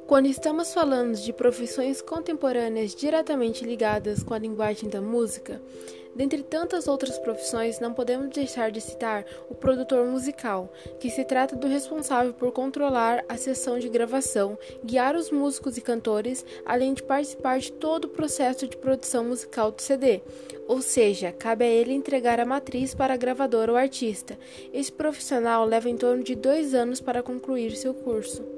Quando estamos falando de profissões contemporâneas diretamente ligadas com a linguagem da música, dentre tantas outras profissões, não podemos deixar de citar o produtor musical, que se trata do responsável por controlar a sessão de gravação, guiar os músicos e cantores, além de participar de todo o processo de produção musical do CD. Ou seja, cabe a ele entregar a matriz para a gravadora ou artista. Esse profissional leva em torno de 2 anos para concluir seu curso.